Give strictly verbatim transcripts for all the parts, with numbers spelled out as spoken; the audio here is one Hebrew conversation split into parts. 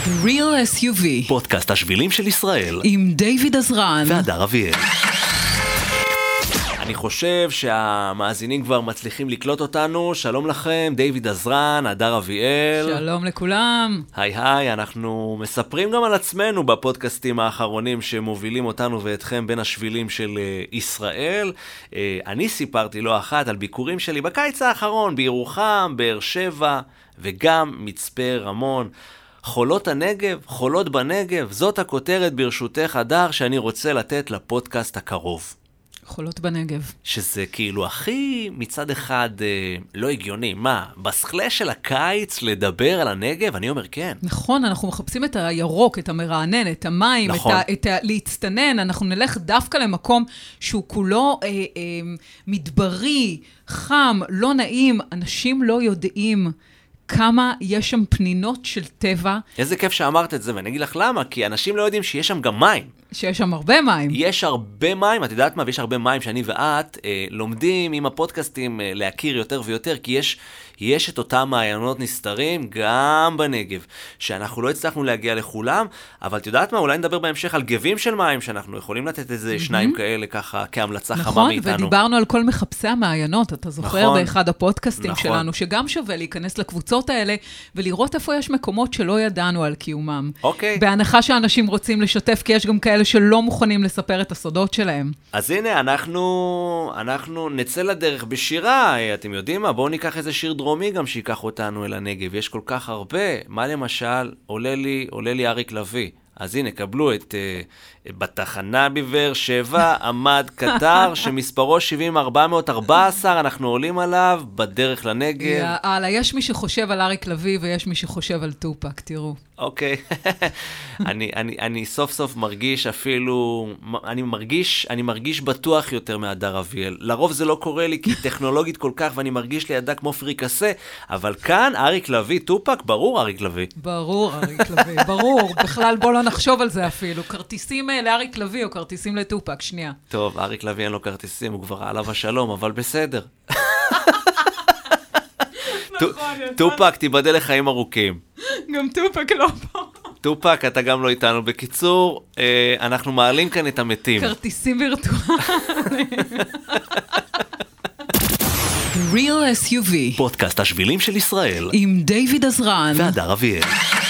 Real אס יו וי, פודקאסט השבילים של ישראל, עם דיוויד עזרן והדר אביאל. אני חושב שהמאזינים כבר מצליחים לקלוט אותנו. שלום לכם, דיוויד עזרן, הדר אביאל. שלום לכולם. היי היי, אנחנו מספרים גם על עצמנו בפודקאסטים האחרונים שמובילים אותנו ואתכם בין השבילים של ישראל. אני סיפרתי לא אחת על ביקורים שלי בקיץ האחרון, בירוחם, באר שבע וגם מצפה רמון. חולות הנגב, חולות בנגב, זאת הכותרת ברשותך הדר שאני רוצה לתת לפודקאסט הקרוב. חולות בנגב. שזה כאילו הכי מצד אחד אה, לא הגיוני. מה, בסכלה של הקיץ לדבר על הנגב? אני אומר כן. נכון, אנחנו מחפשים את הירוק, את המרענן, את המים, נכון. את ה, את ה, להצטנן. אנחנו נלך דווקא למקום שהוא כולו אה, אה, מדברי, חם, לא נעים. אנשים לא יודעים כמה יש שם פנינות של טבע. איזה כיף שאמרת את זה, ואני אגיד לך למה, כי אנשים לא יודעים שיש שם גם מים. שיש שם הרבה מים. יש הרבה מים, את יודעת מה? ויש הרבה מים שאני ואת אה, לומדים עם הפודקאסטים אה, להכיר יותר ויותר, כי יש, יש את אותם מעיינות נסתרים גם בנגב, שאנחנו לא הצלחנו להגיע לכולם, אבל את יודעת מה? אולי נדבר בהמשך על גבים של מים, שאנחנו יכולים לתת איזה mm-hmm. שניים כאלה ככה כהמלצה נכון, חמה מאיתנו. נכון, ודיברנו על כל מחפשי המעיינות, אתה זוכר נכון, באחד הפודקאסטים נכון. שלנו, שגם שווה להיכנס לקבוצות האלה, ולראות איפה יש מקומות שלא ידענו על קיומם. אוקיי. בהנחה שאנשים רוצים לשתף, כי יש גם כאלה שלא מוכנים לספר את הסודות שלהם. אז הנה, אנחנו, אנחנו נצא לדרך בשירה, אתם יודעים מה? בואו ניקח איזה שיר דרומי גם שיקח אותנו אל הנגב. יש כל כך הרבה. מה למשל? עולה לי, עולה לי אריק לוי. אז הנה, קבלו את uh, בתחנה בבאר שבע, עמד קטר, שמספרו שבעים ארבע מאות וארבע עשרה, אנחנו עולים עליו בדרך לנגב. יאללה, יש מי שחושב על אריק לוי ויש מי שחושב על טופק, תראו. אוקיי. אני, אני, אני סוף סוף מרגיש אפילו, אני מרגיש, אני מרגיש בטוח יותר מהדר אביאל. לרוב זה לא קורה לי כי טכנולוגית כל כך, ואני מרגיש לידה כמו פריקסה, אבל כאן אריק לוי, טופק, ברור אריק לוי. ברור אריק לוי, ברור. בכלל בוא לא נחשוב על זה אפילו. כרטיסים לאריק לוי או כרטיסים לטופק, שנייה. טוב, אריק לוי אין לו כרטיסים, הוא כבר עליו השלום, אבל בסדר. טופק, תיבדל לחיים ארוכים. גם טופק לא פה. טופק, אתה גם לא איתנו. בקיצור, אנחנו מעלים כאן את המתים. כרטיסים וירטואליים. Real אס יו וי, פודקאסט השבילים של ישראל, עם דיוויד עזרן והדר אביאל.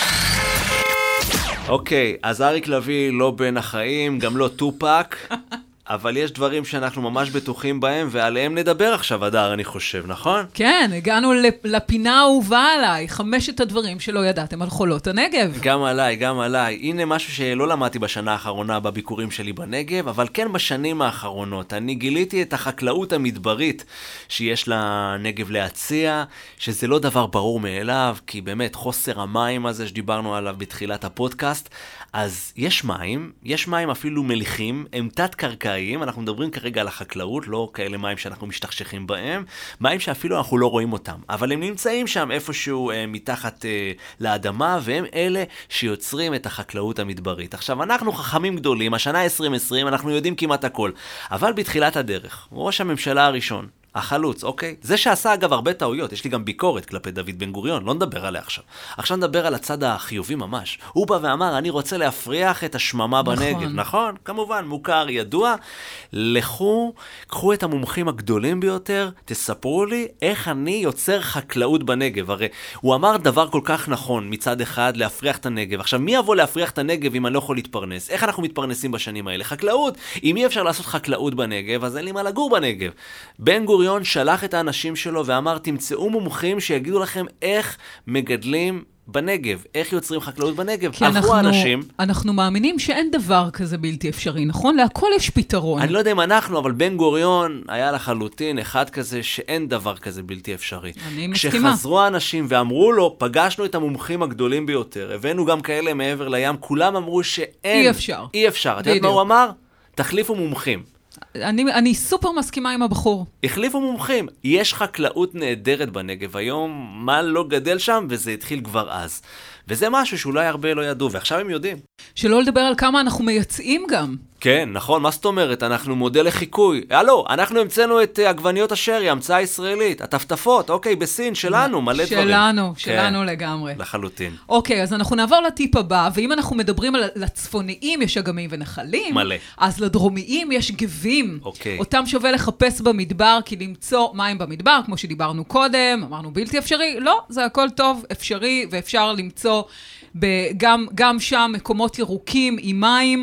אוקיי, אז אריק לוי לא בין החיים, גם לא טופק, אבל יש דברים שאנחנו ממש בטוחים בהם, ועליהם נדבר עכשיו, הדר, אני חושב, נכון? כן, הגענו לפינה האהובה עליי, חמשת הדברים שלא ידעתם על חולות הנגב. גם עליי, גם עליי. הנה משהו שלא למדתי בשנה האחרונה בביקורים שלי בנגב, אבל כן בשנים האחרונות. אני גיליתי את החקלאות המדברית שיש לנגב להציע, שזה לא דבר ברור מאליו, כי באמת חוסר המים הזה שדיברנו עליו בתחילת הפודקאסט, אז יש מים, יש מים אפילו מליחים, הם תת-קרקעיים, אנחנו מדברים כרגע על החקלאות, לא כאלה מים שאנחנו משתכשכים בהם, מים שאפילו אנחנו לא רואים אותם, אבל הם נמצאים שם איפשהו אה, מתחת אה, לאדמה, והם אלה שיוצרים את החקלאות המדברית. עכשיו, אנחנו חכמים גדולים, השנה עשרים עשרים, אנחנו יודעים כמעט הכל, אבל בתחילת הדרך, ראש הממשלה הראשון, החלוץ, אוקיי? זה שעשה אגב הרבה טעויות, יש לי גם ביקורת כלפי דוד בן גוריון, לא נדבר עליה עכשיו. עכשיו נדבר על הצד החיובי ממש. הוא בא ואמר, אני רוצה להפריח את השממה נכון. בנגב. נכון, כמובן, מוכר, ידוע. לכו, קחו את המומחים הגדולים ביותר, תספרו לי איך אני יוצר חקלאות בנגב. הרי הוא אמר דבר כל כך נכון מצד אחד, להפריח את הנגב. עכשיו, מי יבוא להפריח את הנגב אם אני לא יכול להתפרנס? איך אנחנו מתפרנסים בשנים האלה? חקלאות. אם אי אפשר לעשות חקלאות בנגב, אז אין לי מה לגור בנגב. בן גוריון שלח את האנשים שלו ואמר, תמצאו מומחים שיגידו לכם איך מגדלים בנגב, איך יוצרים חקלאות בנגב. כי אנחנו, האנשים, אנחנו מאמינים שאין דבר כזה בלתי אפשרי, נכון? להכל יש פתרון. אני לא יודע אם אנחנו, אבל בן גוריון היה לחלוטין אחד כזה שאין דבר כזה בלתי אפשרי. אני מסכימה. כשחזרו האנשים ואמרו לו, פגשנו את המומחים הגדולים ביותר, הבאנו גם כאלה מעבר לים, כולם אמרו שאין. אי אפשר. אי אפשר. את יודעת מה הוא אמר? תחליפו מומחים. אני, אני סופר מסכימה עם הבחור. החליפו מומחים. יש חקלאות נהדרת בנגב היום, מה לא גדל שם, וזה התחיל כבר אז. וזה משהו שאולי הרבה לא ידעו, ועכשיו הם יודעים. שלא לדבר על כמה אנחנו מייצאים גם. כן, נכון, מה זאת אומרת? אנחנו מודל לחיקוי. הלו, אנחנו המצאנו את עגבניות השרי, המצאה ישראלית, הטפטפות, אוקיי, בסין, שלנו, מלא דברים. שלנו, שלנו לגמרי. לחלוטין. אוקיי, אז אנחנו נעבור לטיפ הבא, ואם אנחנו מדברים על לצפוניים יש אגמים ונחלים, מלא. אז לדרומיים יש גבים. אוקיי. אותם שווה לחפש במדבר, כי למצוא מים במדבר, כמו שדיברנו קודם, אמרנו בלתי אפשרי, לא, זה הכל טוב, אפשרי, ואפשר למצוא גם, גם שם מקומות ירוקים עם מים,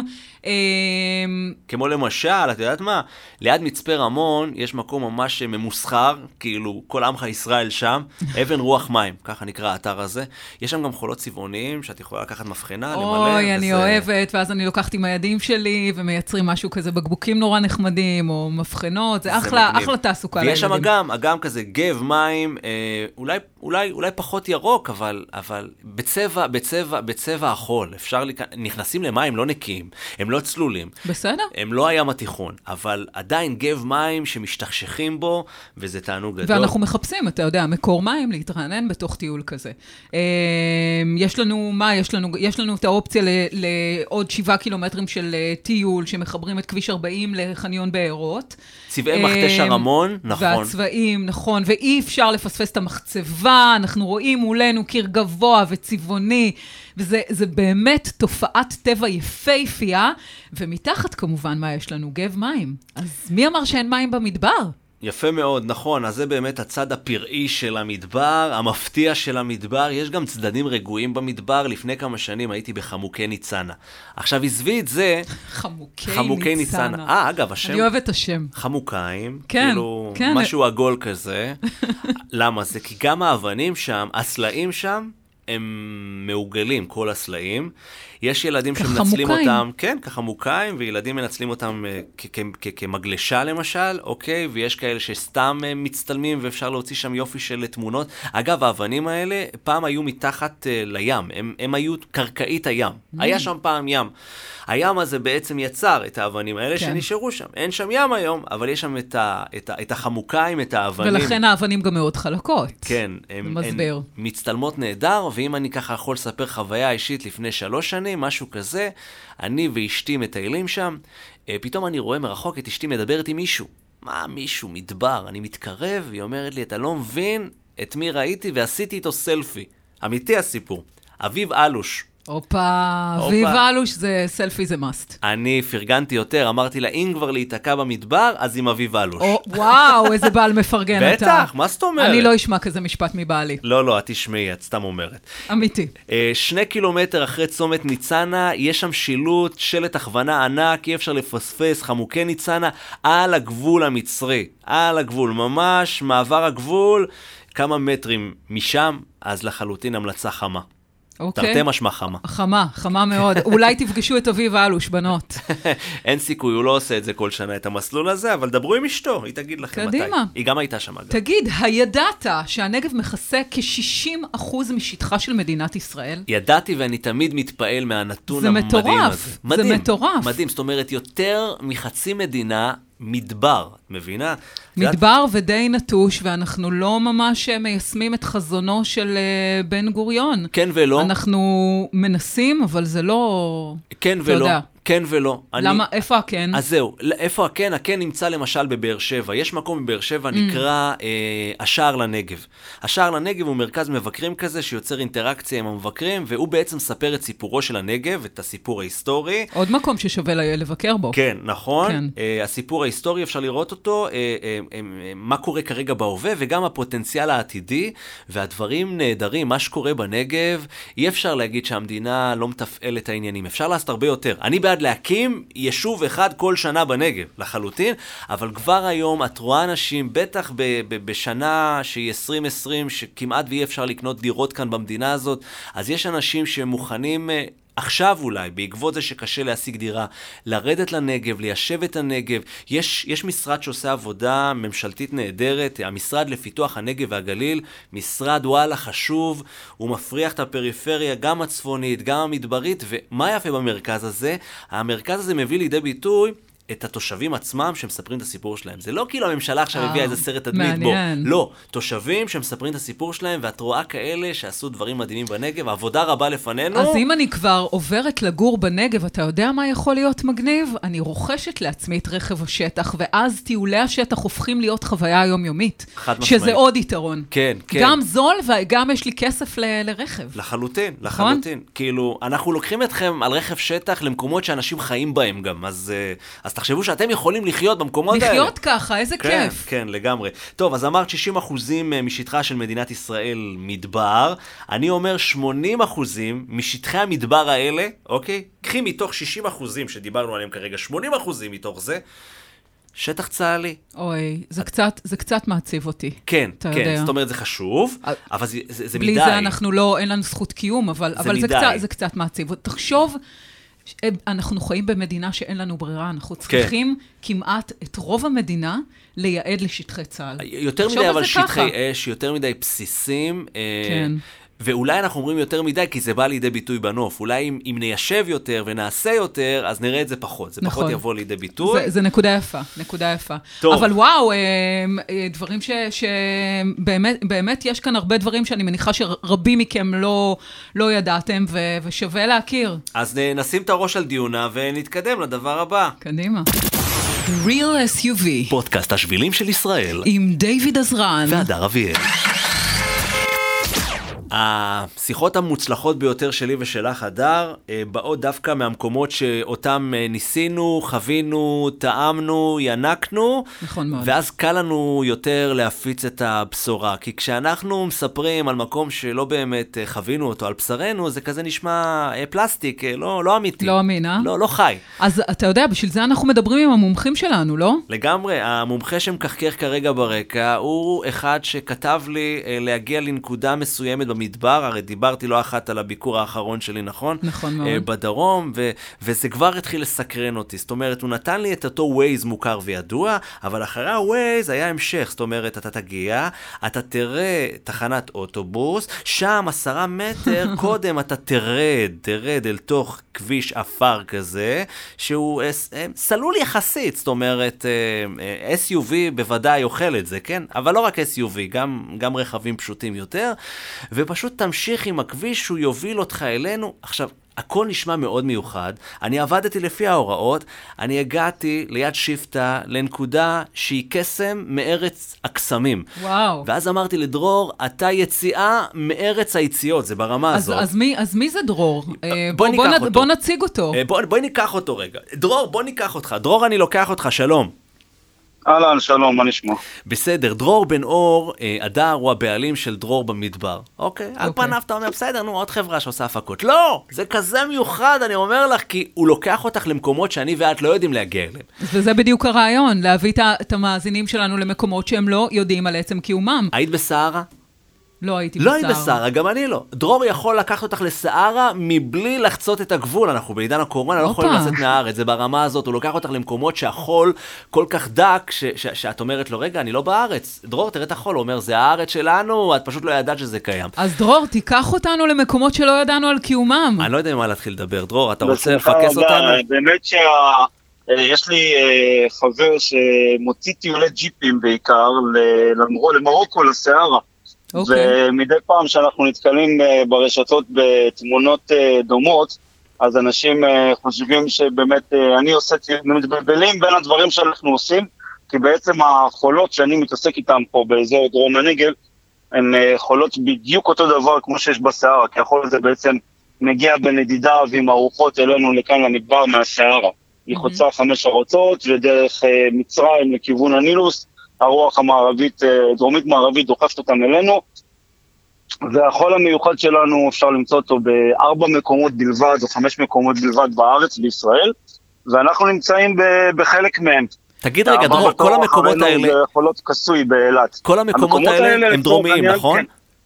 כמו למשל, את יודעת מה? ליד מצפה רמון יש מקום ממש ממוסחר, כאילו כל עמך ישראל שם, אבן רוח מים, ככה נקרא האתר הזה. יש שם גם חולות צבעוניים שאת יכולה לקחת מבחנה, למלא. אוי, אני אוהבת, ואז אני לוקחת עם הידים שלי ומייצרים משהו כזה, בקבוקים נורא נחמדים, או מבחנות, זה אחלה, אחלה תעסוקה לילדים. ויש שם אגם, אגם כזה גב מים, אולי, אולי, אולי פחות ירוק, אבל, אבל בצבע, בצבע, בצבע החול. אפשר, נכנסים למים לא נקיים, הם לא צלולים. בסדר. הם לא הים התיכון, אבל עדיין גב מים שמשתכשכים בו, וזה תענוג גדול. ואנחנו מחפשים, אתה יודע, מקור מים להתרענן בתוך טיול כזה. יש לנו, מה יש לנו? יש לנו את האופציה לעוד שבעה קילומטרים של טיול, שמחברים את כביש ארבעים לחניון בארות. צבעי מכתש הרמון, נכון. והצבעים, נכון, ואי אפשר לפספס את המחצבה, אנחנו רואים מולנו קיר גבוה וצבעוני, וזה זה באמת תופעת טבע יפהפייה, ומתחת כמובן מה יש לנו? גב מים. אז מי אמר שאין מים במדבר? יפה מאוד, נכון, אז זה באמת הצד הפראי של המדבר, המפתיע של המדבר, יש גם צדדים רגועים במדבר, לפני כמה שנים הייתי בחמוקי ניצנה. עכשיו, עזבי את זה, חמוקי, חמוקי ניצנה. ניצנה. אה, אגב, השם... אני אוהבת השם. חמוקיים, כן, כאילו, כן. משהו עגול כזה. למה זה? כי גם האבנים שם, הסלעים שם, הם מעוגלים, כל הסלעים. יש ילדים שמנצלים אותם, כן, כחמוקיים, וילדים מנצלים אותם כמגלשה למשל, אוקיי, ויש כאלה שסתם מצטלמים ואפשר להוציא שם יופי של תמונות. אגב, האבנים האלה פעם היו מתחת לים, הם, הם היו קרקעית הים. היה שם פעם ים. הים הזה בעצם יצר את האבנים האלה כן. שנשארו שם. אין שם ים היום, אבל יש שם את, ה, את, ה, את החמוקיים, את האבנים. ולכן האבנים גם מאוד חלקות. כן, הם, הם מצטלמות נהדר, ואם אני ככה יכול לספר חוויה אישית לפני שלוש שנים, משהו כזה, אני ואשתי מטיילים שם, פתאום אני רואה מרחוק את אשתי מדברת עם מישהו. מה מישהו? מדבר. אני מתקרב, והיא אומרת לי, אתה לא מבין את מי ראיתי ועשיתי איתו סלפי. אמיתי הסיפור. אביב אלוש. אופה, אביב אלוש זה סלפי זה מאסט. אני פרגנתי יותר, אמרתי לה, אם כבר להיתקע במדבר, אז עם אביב אלוש. וואו, איזה בעל מפרגן אתה. בטח, מה זאת אומרת? אני לא אשמע כזה משפט מבעלי. לא, לא, את תשמעי, את סתם אומרת. אמיתי. שני קילומטר אחרי צומת ניצנה, יש שם שילוט, שלט הכוונה ענק, אי אפשר לפספס, חמוקי ניצנה, על הגבול המצרי. על הגבול, ממש, מעבר הגבול, כמה מטרים משם, אז לחלוטין המלצה חמה. אוקיי. תרתי משמע חמה. חמה, חמה מאוד. אולי תפגשו את אביב אלוש, בנות. אין סיכוי, הוא לא עושה את זה כל שנה, את המסלול הזה, אבל דברו עם אשתו, היא תגיד לכם מתי. קדימה. היא גם הייתה שם אגב. תגיד, הידעת שהנגב מכסה כ-שישים אחוז משטחה של מדינת ישראל? ידעתי ואני תמיד מתפעל מהנתון זה המדהים מטורף, הזה. זה מדהים, מטורף. מדהים, זאת אומרת, יותר מחצי מדינה מדבר, מבינה? מדבר ודי נטוש, ואנחנו לא ממש מיישמים את חזונו של בן גוריון. כן ולא. אנחנו מנסים, אבל זה לא... כן ולא. כן ולא. למה? אני... איפה הכן? אז זהו, איפה הכן? הכן נמצא למשל בבאר שבע. יש מקום בבאר שבע נקרא אה, השער לנגב. השער לנגב הוא מרכז מבקרים כזה שיוצר אינטראקציה עם המבקרים, והוא בעצם ספר את סיפורו של הנגב, את הסיפור ההיסטורי. עוד מקום ששווה לבקר בו. כן, נכון. כן. אה, הסיפור ההיסטורי, אפשר לראות אותו, אה, אה, אה, מה קורה כרגע בהווה, וגם הפוטנציאל העתידי, והדברים נהדרים, מה שקורה בנגב, אי אפשר להגיד שהמדינה לא מתפעל את העניינים. אפשר לעשות הרבה יותר. אני בעד להקים יישוב אחד כל שנה בנגב, לחלוטין, אבל כבר היום את רואה אנשים, בטח ב- ב- בשנה שהיא עשרים עשרים, שכמעט ואי אפשר לקנות דירות כאן במדינה הזאת, אז יש אנשים שמוכנים... עכשיו אולי, בעקבות זה שקשה להשיג דירה, לרדת לנגב, ליישב את הנגב. יש, יש משרד שעושה עבודה ממשלתית נהדרת, המשרד לפיתוח הנגב והגליל, משרד וואלה חשוב, הוא מפריח את הפריפריה, גם הצפונית, גם המדברית, ומה יפה במרכז הזה? המרכז הזה מביא לידי ביטוי את התושבים עצמם שמספרים את הסיפור שלהם. זה לא כאילו הממשלה עכשיו הביאה איזה סרט תדמית בו. לא, תושבים שמספרים את הסיפור שלהם, ואת רואה כאלה שעשו דברים מדהימים בנגב, עבודה רבה לפנינו. אז אם אני כבר עוברת לגור בנגב, אתה יודע מה יכול להיות מגניב? אני רוכשת לעצמי את רכב השטח, ואז טיולי השטח הופכים להיות חוויה יומיומית. חד משמעית. שזה עוד יתרון. כן, כן. גם זול, וגם יש לי כסף ל- לרכב. לחלוטין, לחלוטין. כאילו, אנחנו לוקחים אתכם על רכב שטח למקומות שאנשים חיים בהם גם, אז, אז תחשבו שאתם יכולים לחיות במקומות האלה. לחיות ככה, איזה כן, כיף. כן, לגמרי. טוב, אז אמרת שישים אחוזים משטחה של מדינת ישראל מדבר, אני אומר שמונים אחוזים משטחי המדבר האלה, אוקיי? קחי מתוך שישים אחוזים שדיברנו עליהם כרגע, שמונים אחוזים מתוך זה, שטח צה"לי. אוי, זה, את... קצת, זה קצת מעציב אותי. כן, כן, יודע. זאת אומרת, זה חשוב, א... אבל זה, זה, זה בלי מדי. בלי זה אנחנו לא, אין לנו זכות קיום, אבל זה, אבל זה, קצת, זה קצת מעציב. תחשוב, אנחנו חיים במדינה שאין לנו ברירה, אנחנו צריכים כן. כמעט את רוב המדינה לייעד לשטחי צה"ל. יותר מדי אבל שטחי ככה. אש, יותר מדי בסיסים. כן. ואולי אנחנו אומרים יותר מדי, כי זה בא לידי ביטוי בנוף. אולי אם, אם ניישב יותר ונעשה יותר, אז נראה את זה פחות. זה נכון. פחות יבוא לידי ביטוי. זה, זה נקודה יפה, נקודה יפה. טוב. אבל וואו, דברים ש, שבאמת, באמת יש כאן הרבה דברים שאני מניחה שרבים מכם לא, לא ידעתם, ו, ושווה להכיר. אז נשים את הראש על דיונה ונתקדם לדבר הבא. קדימה. The Real אס יו וי. פודקאסט השבילים של ישראל. עם דיוויד עזרן. והדר אביאל. השיחות המוצלחות ביותר שלי ושלך, הדר, באות דווקא מהמקומות שאותם ניסינו, חווינו, טעמנו, ינקנו. נכון מאוד. ואז קל לנו יותר להפיץ את הבשורה. כי כשאנחנו מספרים על מקום שלא באמת חווינו אותו על בשרנו, זה כזה נשמע פלסטיק, לא, לא אמיתי. לא אמין, אה? לא, לא חי. אז אתה יודע, בשביל זה אנחנו מדברים עם המומחים שלנו, לא? לגמרי. המומחה שמקחקר כרגע ברקע, הוא אחד שכתב לי להגיע לנקודה מסוימת במדינה. מדבר, הרי דיברתי לא אחת על הביקור האחרון שלי, נכון? נכון מאוד. בדרום, ו- וזה כבר התחיל לסקרן אותי. זאת אומרת, הוא נתן לי את אותו ווייז מוכר וידוע, אבל אחרי הווייז היה המשך. זאת אומרת, אתה תגיע, אתה תראה תחנת אוטובוס, שם עשרה מטר קודם אתה תרד, תרד אל תוך כביש אפר כזה, שהוא סלול יחסית. זאת אומרת, אס יו וי בוודאי אוכל את זה, כן? אבל לא רק אס יו וי, גם, גם רכבים פשוטים יותר, ופשוט תמשיך עם הכביש שהוא יוביל אותך אלינו. עכשיו, הכל נשמע מאוד מיוחד. אני עבדתי לפי ההוראות, אני הגעתי ליד שיפטה לנקודה שהיא קסם מארץ הקסמים. וואו. ואז אמרתי לדרור, אתה יציאה מארץ היציאות, זה ברמה אז, הזאת. אז מי, אז מי זה דרור? בוא, בוא, בוא, ניקח בוא, אותו. בוא נציג אותו. בוא, בוא ניקח אותו רגע. דרור, בוא ניקח אותך. דרור, אני לוקח אותך, שלום. אהלן, שלום, מה נשמע? בסדר, דרור בן אור, הדר הוא הבעלים של דרור במדבר. אוקיי, על פניו אתה אומר, בסדר, נו, עוד חברה שעושה הפקות. לא, זה כזה מיוחד, אני אומר לך, כי הוא לוקח אותך למקומות שאני ואת לא יודעים להגיע אליהם. וזה בדיוק הרעיון, להביא את המאזינים שלנו למקומות שהם לא יודעים על עצם קיומם. היית בסערה? לא הייתי בסערה. בסערה. לא היית בסערה, גם אני לא. דרור יכול לקחת אותך לסערה מבלי לחצות את הגבול. אנחנו בעידן הקורונה לא יכולים לצאת מהארץ. זה ברמה הזאת, הוא לוקח אותך למקומות שהחול כל כך דק, ש- ש- שאת אומרת לו, רגע, אני לא בארץ. דרור, תראה את החול. הוא אומר, זה הארץ שלנו, את פשוט לא ידעת שזה קיים. אז דרור, תיקח אותנו למקומות שלא ידענו על קיומם. אני לא יודע מה להתחיל לדבר. דרור, אתה רוצה לפקס אותנו? באמת שה... יש לי חבר שמוציא טיולי ג'יפים בעיקר למרוקו, לסערה. Okay. ומדי פעם שאנחנו נתקלים ברשתות בתמונות דומות, אז אנשים חושבים שבאמת אני עושה, מתבלבלים בין הדברים שאנחנו עושים, כי בעצם החולות שאני מתעסק איתן פה באזור דרום הנגב, הן חולות בדיוק אותו דבר כמו שיש בסערה, כי החול הזה בעצם מגיע בנדידה ועם ארוחות אלינו לכאן למדבר מהסערה. היא חוצה חמש ארצות ודרך מצרים לכיוון הנילוס, הרוח המערבית, דרומית מערבית דוחפת אותם אלינו, והחול המיוחד שלנו אפשר למצוא אותו בארבע מקומות בלבד, או חמש מקומות בלבד בארץ, בישראל, ואנחנו נמצאים בחלק מהם. תגיד רגע, דרור, כל המקומות האלה... זה חולות כסוי באילת. כל המקומות האלה הם דרומיים, נכון?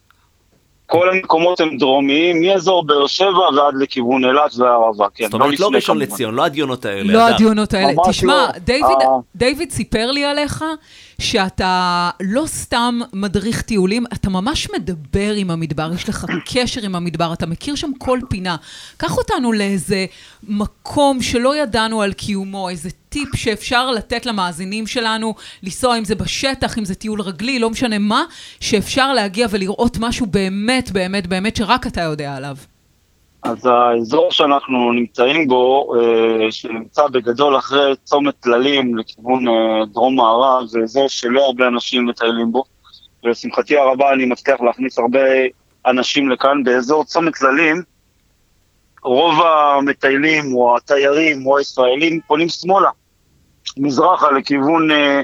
כל המקומות הם דרומיים, מאזור באר שבע ועד לכיוון אילת והערבה. זאת אומרת, לא ראשון לציון, לא הדיונות האלה. לא הדיונות האלה. תשמע, דיוויד סיפר לי עליך שאתה לא סתם מדריך טיולים, אתה ממש מדבר עם המדבר, יש לך קשר עם המדבר, אתה מכיר שם כל פינה. קח אותנו לאיזה מקום שלא ידענו על קיומו, איזה טיפ שאפשר לתת למאזינים שלנו, לנסוע אם זה בשטח, אם זה טיול רגלי, לא משנה מה, שאפשר להגיע ולראות משהו באמת, באמת, באמת, שרק אתה יודע עליו. אז האזור שאנחנו נמצאים בו, שנמצא בגדול אחרי צומת טללים לכיוון דרום מערב, זה אזור שלא הרבה אנשים מטיילים בו, ולשמחתי הרבה אני מצליח להכניס הרבה אנשים לכאן. באזור צומת טללים, רוב המטיילים או התיירים או הישראלים פונים שמאלה, מזרחה לכיוון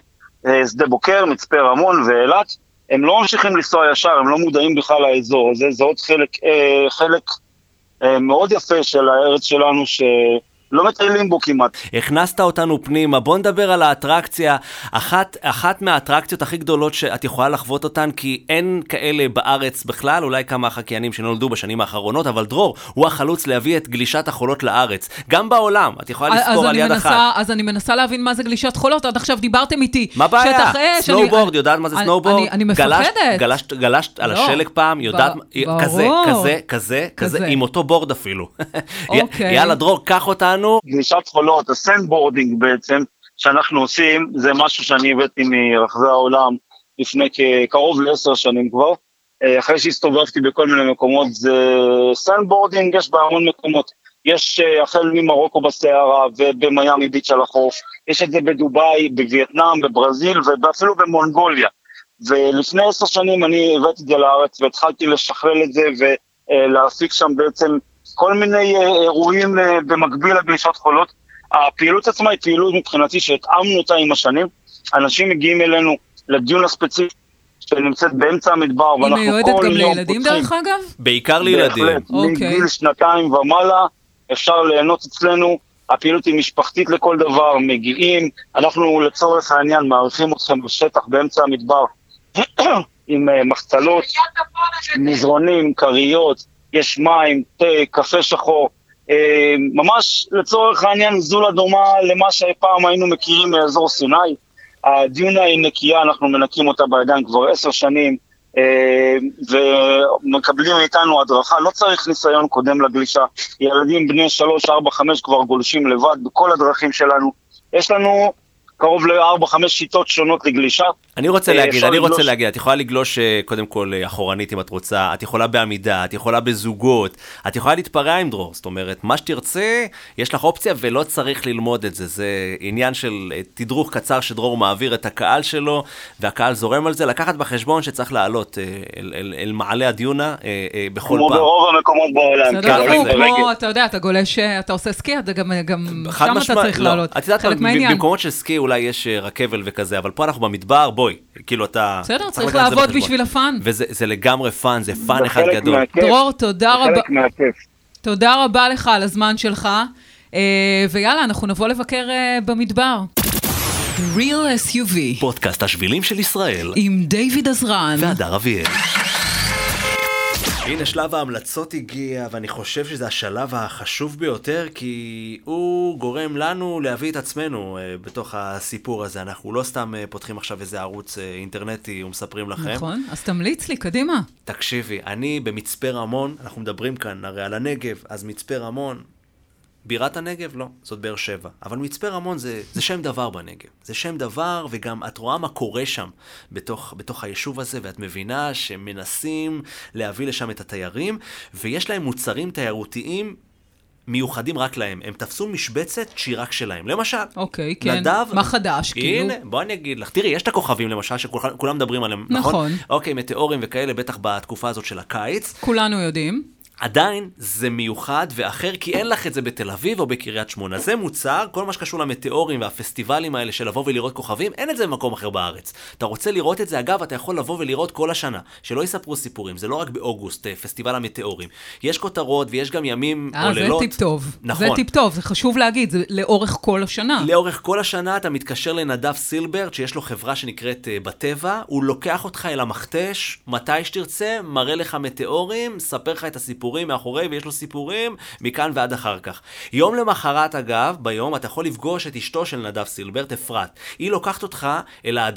שדה בוקר, מצפה רמון ואילת, הם לא ממשיכים לנסוע ישר, הם לא מודעים בכלל לאזור הזה, זה עוד חלק, חלק מאוד יפה של הארץ שלנו שלא מטיילים בו כמעט. הכנסת אותנו פנימה, בוא נדבר על האטרקציה, אחת, אחת מהאטרקציות הכי גדולות שאת יכולה לחוות אותן, כי אין כאלה בארץ בכלל, אולי כמה חקיינים שנולדו בשנים האחרונות, אבל דרור הוא החלוץ להביא את גלישת החולות לארץ, גם בעולם, את יכולה לספור על יד מנסה, אחת. אז אני מנסה להבין מה זה גלישת חולות, עד עכשיו דיברתם איתי. מה בעיה? סנובורד, אני, יודעת מה זה אני, סנובורד? אני, אני מפחדת. גלשת, גלשת, גלשת על לא, השלג פעם, יודעת, ברור. כזה, כזה, כזה, כזה, עם אותו בורד אפילו. אוקיי. יאללה דרור, קח אותנו. גלישת חולות, הסנדבורדינג בעצם, שאנחנו עושים, זה משהו שאני הבאתי מרחבי העולם לפני כקרוב לעשר שנים כבר. אחרי שהסתובבתי בכל מיני מקומות, זה סנדבורדינג, יש בהמון מקומות. יש החל ממרוקו בסערה ובמיימי ביץ' על החוף, יש את זה בדוביי, בווייטנאם, בברזיל ואפילו במונגוליה. ולפני עשר שנים אני הבאתי את זה לארץ והתחלתי לשכלל את זה ולהפיק שם בעצם כל מיני אירועים במקביל לגלישת חולות. הפעילות עצמה היא פעילות מבחינתי שהתאמנו אותה עם השנים. אנשים מגיעים אלינו לדיון הספציפי שנמצאת באמצע המדבר, היא מיועדת גם לילדים דרך אגב? בעיקר לילדים. בהחלט, מגיל שנתיים ומעלה אפשר ליהנות אצלנו, הפעילות היא משפחתית לכל דבר, מגיעים, אנחנו לצורך העניין מעריכים אתכם בשטח באמצע המדבר, עם מחצלות, מזרונים, קריות, יש מים, תה, קפה שחור, ממש לצורך העניין זולה דומה למה שפעם היינו מכירים מאזור סיני. הדיונה היא נקייה, אנחנו מנקים אותה בידיים כבר עשר שנים, ומקבלים מאיתנו הדרכה, לא צריך ניסיון קודם לגלישה, ילדים בני שלוש, ארבע, חמש כבר גולשים לבד בכל הדרכים שלנו, יש לנו קרוב לארבע, חמש שיטות שונות לגלישה. אני רוצה להגיד, אני רוצה להגיד, את יכולה לגלוש קודם כל אחורנית אם את רוצה, את יכולה בעמידה, את יכולה בזוגות, את יכולה להתפרע עם דרור, זאת אומרת, מה שתרצה, יש לך אופציה ולא צריך ללמוד את זה, זה עניין של תדרוך קצר שדרור מעביר את הקהל שלו, והקהל זורם על זה, לקחת בחשבון שצריך לעלות אל, אל, אל מעלה הדיונה בכל כמו פעם. כמו ברוב המקומות בעולם. בסדר, כמו, אתה יודע, אתה גולש, אתה עושה סקי, אתה גם, גם שם אתה צריך לעלות. את יודעת, במקומות של סקי אולי יש רכבל וכזה, אבל פה אנחנו במדבר, בואי, כאילו אתה... בסדר, צריך לעבוד בשביל הפאן. וזה לגמרי פאן, זה פאן אחד גדול. דרור, תודה רבה. תודה רבה לך על הזמן שלך, ויאללה, אנחנו נבוא לבקר במדבר. The Real אס יו וי. פודקאסט השבילים של ישראל. עם דיוויד עזרן. והדר אביאל. הנה שלב ההמלצות הגיע, ואני חושב שזה השלב החשוב ביותר, כי הוא גורם לנו להביא את עצמנו uh, בתוך הסיפור הזה. אנחנו לא סתם uh, פותחים עכשיו איזה ערוץ uh, אינטרנטי ומספרים לכם. נכון, אז תמליץ לי, קדימה. תקשיבי, אני במצפה רמון, אנחנו מדברים כאן הרי על הנגב, אז מצפה רמון, בירת הנגב לא, זאת באר שבע. אבל מצפה רמון זה, זה שם דבר בנגב. זה שם דבר, וגם את רואה מה קורה שם בתוך, בתוך היישוב הזה, ואת מבינה שמנסים להביא לשם את התיירים, ויש להם מוצרים תיירותיים מיוחדים רק להם. הם תפסו משבצת שהיא רק שלהם. למשל, אוקיי, כן. נדב, מה חדש, כאילו? הנה, בוא אני אגיד לך. תראי, יש את הכוכבים למשל, שכולם מדברים עליהם, נכון? נכון. אוקיי, מטאורים וכאלה, בטח בתקופה הזאת של הקיץ. כולנו יודעים. עדיין זה מיוחד ואחר, כי אין לך את זה בתל אביב או בקריית שמונה. זה מוצר, כל מה שקשור למטאורים והפסטיבלים האלה של לבוא ולראות כוכבים, אין את זה במקום אחר בארץ. אתה רוצה לראות את זה, אגב, אתה יכול לבוא ולראות כל השנה. שלא יספרו סיפורים, זה לא רק באוגוסט, פסטיבל המטאורים. יש כותרות ויש גם ימים 아, או לילות. זה טיפ טוב. נכון. זה טיפ טוב, זה חשוב להגיד, זה לאורך כל השנה. לאורך כל השנה אתה מתקשר לנדב סילברט, שיש לו חברה שנקראת uh, בטבע, הוא לוקח אותך אל המכתש, מתי שתרצה, מראה לך מטאורים, ספר לך את הסיפור מאחורי, ויש לו סיפורים מכאן ועד אחר כך. יום למחרת, אגב, ביום אתה יכול לפגוש את אשתו של נדב סילברט, אפרת. היא לוקחת אותך אל האדמה.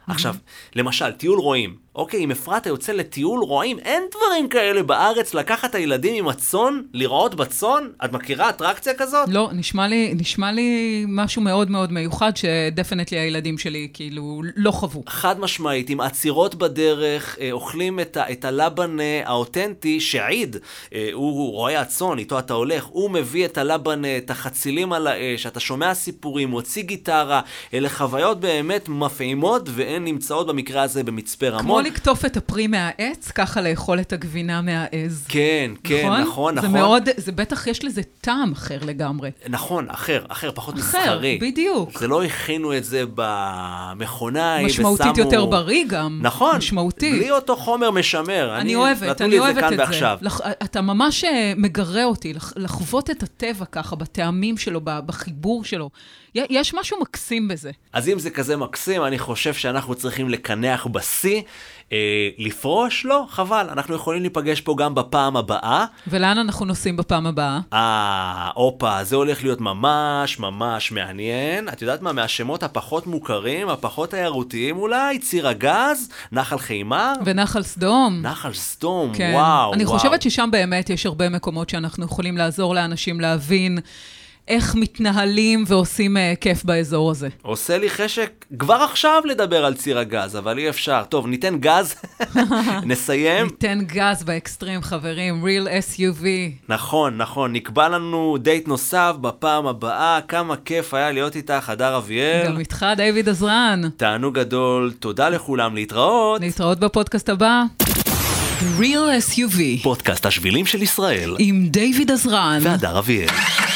עכשיו, למשל, טיול רועים. אוקיי, אם אפרת יוצא לטיול רועים, אין דברים כאלה בארץ לקחת את הילדים עם הצאן, לראות בצאן? את מכירה אטרקציה כזאת? לא, נשמע לי, נשמע לי משהו מאוד מאוד מיוחד, שדפנטלי הילדים שלי כאילו לא חוו. חד משמעית, עם עצירות בדרך, אוכלים את, ה, את הלבן האותנטי, שעיד, הוא רואה הצאן, איתו אתה הולך, הוא מביא את הלבן, את החצילים על האש, אתה שומע סיפורים, מוציא גיטרה, אלה חוויות באמת מפעימות, והן נמצאות במקרה הזה במצפה רמון. כמו לקטוף את הפרי מהעץ, ככה לאכול את הגבינה מהעז. כן, כן, נכון, נכון. זה מאוד, זה בטח יש לזה טעם אחר לגמרי. נכון, אחר, אחר, פחות אחר, מסחרי. בדיוק. זה לא הכינו את זה במכונה, משמעותית ושמו... יותר בריא גם. נכון. משמעותית. בלי אותו חומר משמר. אני, אני אוהבת, אני אוהבת את זה. לח... אתה ממש מגרה אותי, לח... לחוות את הטבע ככה, בטעמים שלו, בחיבור שלו. יש משהו מקסים בזה. אז אם זה כזה מקסים, אני חושב שאנחנו צריכים לקנח בסי, אה, לפרוש? לא, חבל. אנחנו יכולים להיפגש פה גם בפעם הבאה. ולאן אנחנו נוסעים בפעם הבאה? אה, אופה, זה הולך להיות ממש ממש מעניין. את יודעת מה? מהשמות הפחות מוכרים, הפחות תיירותיים אולי, ציר הגז, נחל חימר. ונחל סדום. נחל סדום, כן. וואו. אני וואו. חושבת ששם באמת יש הרבה מקומות שאנחנו יכולים לעזור לאנשים להבין איך מתנהלים ועושים uh, כיף באזור הזה. עושה לי חשק כבר עכשיו לדבר על ציר הגז, אבל אי אפשר. טוב, ניתן גז, נסיים. ניתן גז באקסטרים, חברים, real אס יו וי. נכון, נכון, נקבע לנו דייט נוסף בפעם הבאה, כמה כיף היה להיות איתך, הדר אביאל. גם איתך, דיוויד עזרן. תענוג גדול, תודה לכולם, להתראות. להתראות בפודקאסט הבא. real אס יו וי. פודקאסט השבילים של ישראל. עם דיוויד עזרן. והדר אביאל.